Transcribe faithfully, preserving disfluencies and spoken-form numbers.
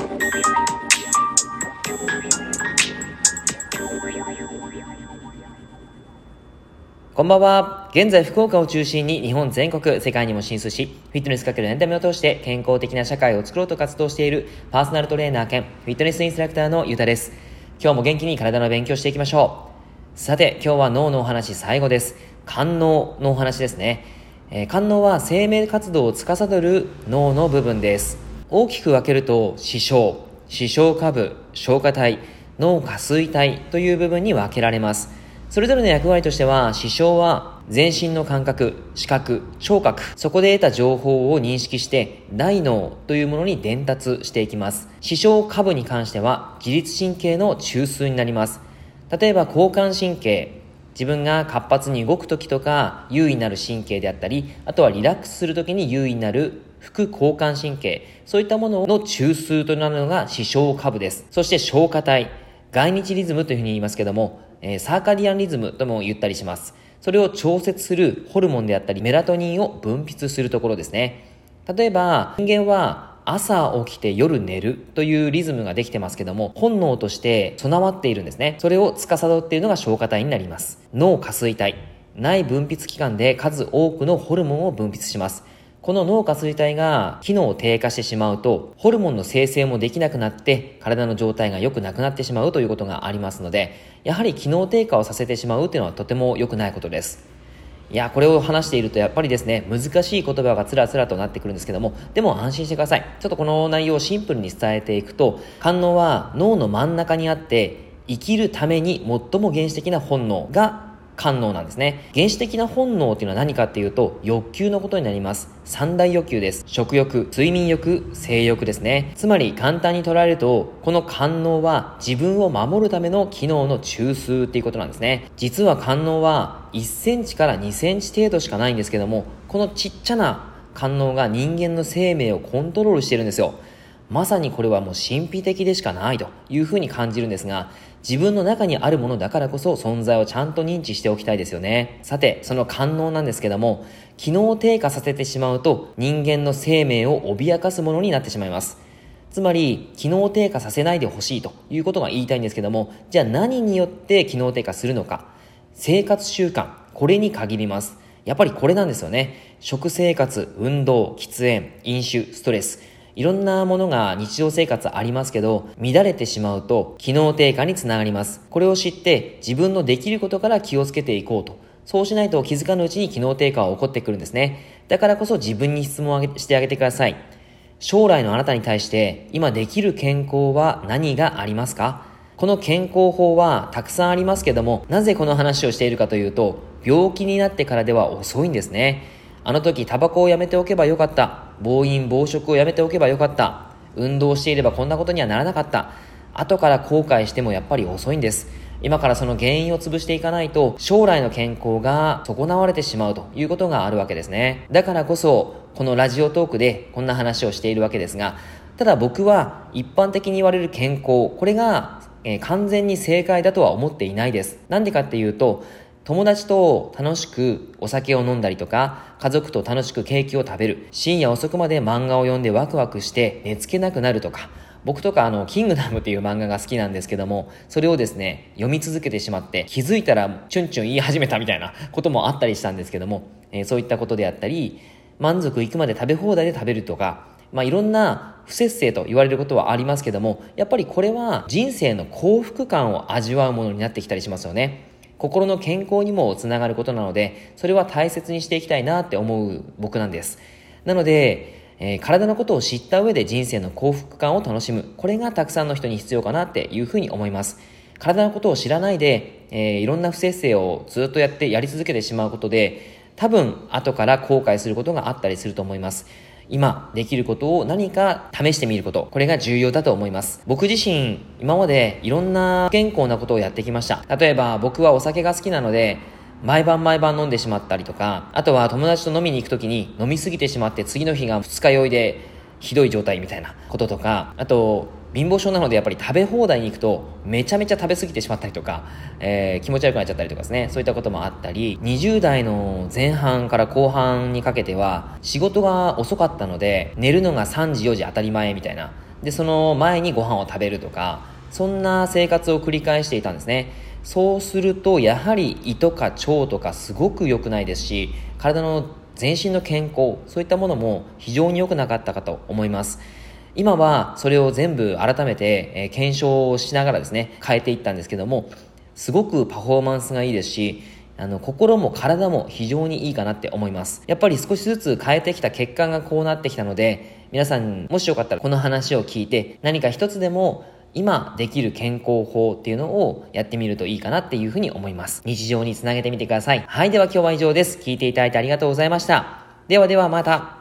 こんばんは。現在福岡を中心に日本全国、世界にも進出し、フィットネスかけるエンタメを通して健康的な社会を作ろうと活動しているパーソナルトレーナー兼フィットネスインストラクターのゆうたです。今日も元気に体の勉強していきましょう。さて、今日は脳のお話最後です。肝脳のお話ですね。えー、肝脳は生命活動を司る脳の部分です。大きく分けると視床、視床下部、消化体、脳下垂体という部分に分けられます。それぞれの役割としては、視床は全身の感覚、視覚、聴覚、そこで得た情報を認識して大脳というものに伝達していきます。視床下部に関しては自律神経の中枢になります。例えば交感神経、自分が活発に動く時とか優位になる神経であったり、あとはリラックスする時に優位になる副交感神経、そういったものの中枢となるのが視床下部です。そして消化体、概日リズムというふうに言いますけども、えー、サーカディアンリズムとも言ったりします。それを調節するホルモンであったりメラトニンを分泌するところですね。例えば人間は朝起きて夜寝るというリズムができてますけども、本能として備わっているんですね。それを司っているのが消化体になります。脳下垂体、内分泌器官で数多くのホルモンを分泌します。この脳下垂体が機能を低下してしまうと、ホルモンの生成もできなくなって体の状態が良くなくなってしまうということがありますので、やはり機能低下をさせてしまうというのはとても良くないことです。いや、これを話しているとやっぱりですね、難しい言葉がつらつらとなってくるんですけども、でも安心してください。ちょっとこの内容をシンプルに伝えていくと、肝脳は脳の真ん中にあって、生きるために最も原始的な本能が肝脳なんですね。原始的な本能というのは何かっていうと、欲求のことになります。三大欲求です。食欲、睡眠欲、性欲ですね。つまり簡単に捉えると、この肝脳は自分を守るための機能の中枢っていうことなんですね。実は肝脳はいっセンチからにセンチ程度しかないんですけども、このちっちゃな肝脳が人間の生命をコントロールしているんですよ。まさにこれはもう神秘的でしかないというふうに感じるんですが、自分の中にあるものだからこそ存在をちゃんと認知しておきたいですよね。さて、その肝脳なんですけども、機能低下させてしまうと人間の生命を脅かすものになってしまいます。つまり、機能低下させないでほしいということが言いたいんですけども、じゃあ何によって機能低下するのか。生活習慣、これに限ります。やっぱりこれなんですよね。食生活、運動、喫煙、飲酒、ストレス、いろんなものが日常生活ありますけど、乱れてしまうと機能低下につながります。これを知って自分のできることから気をつけていこうと。そうしないと気づかぬうちに機能低下は起こってくるんですね。だからこそ自分に質問をしてあげてください。将来のあなたに対して今できる健康は何がありますか？この健康法はたくさんありますけども、なぜこの話をしているかというと、病気になってからでは遅いんですね。あの時タバコをやめておけばよかった。暴飲暴食をやめておけばよかった。運動していればこんなことにはならなかった。後から後悔してもやっぱり遅いんです。今からその原因を潰していかないと、将来の健康が損なわれてしまうということがあるわけですね。だからこそ、このラジオトークでこんな話をしているわけですが、ただ僕は一般的に言われる健康、これが、えー、完全に正解だとは思っていないです。なんでかっていうと、友達と楽しくお酒を飲んだりとか、家族と楽しくケーキを食べる、深夜遅くまで漫画を読んでワクワクして寝つけなくなるとか、僕とかあのキングダムっていう漫画が好きなんですけども、それをですね読み続けてしまって気づいたらチュンチュン言い始めたみたいなこともあったりしたんですけども、えー、そういったことであったり、満足いくまで食べ放題で食べるとか、まあいろんな不節制と言われることはありますけども、やっぱりこれは人生の幸福感を味わうものになってきたりしますよね。心の健康にもつながることなので、それは大切にしていきたいなって思う僕なんです。なので、えー、体のことを知った上で人生の幸福感を楽しむ、これがたくさんの人に必要かなっていうふうに思います。体のことを知らないで、えー、いろんな不節制をずっとやってやり続けてしまうことで、多分後から後悔することがあったりすると思います。今できることを何か試してみること、これが重要だと思います。僕自身今までいろんな不健康なことをやってきました。例えば僕はお酒が好きなので毎晩毎晩飲んでしまったりとか、あとは友達と飲みに行くときに飲みすぎてしまって次の日が二日酔いでひどい状態みたいなこととか、あと貧乏症なのでやっぱり食べ放題に行くとめちゃめちゃ食べ過ぎてしまったりとか、えー、気持ち悪くなっちゃったりとかですね、そういったこともあったり、にじゅう代の前半から後半にかけては仕事が遅かったので寝るのがさんじよじ当たり前みたいな、 で、その前にご飯を食べるとか、そんな生活を繰り返していたんですね。そうするとやはり胃とか腸とかすごく良くないですし、体の全身の健康、そういったものも非常に良くなかったかと思います。今はそれを全部改めて、えー、検証しながらですね変えていったんですけども、すごくパフォーマンスがいいですし、あの心も体も非常にいいかなって思います。やっぱり少しずつ変えてきた結果がこうなってきたので、皆さんもしよかったらこの話を聞いて何か一つでも今できる健康法っていうのをやってみるといいかなっていうふうに思います。日常につなげてみてください。はい、では今日は以上です。聞いていただいてありがとうございました。ではではまた。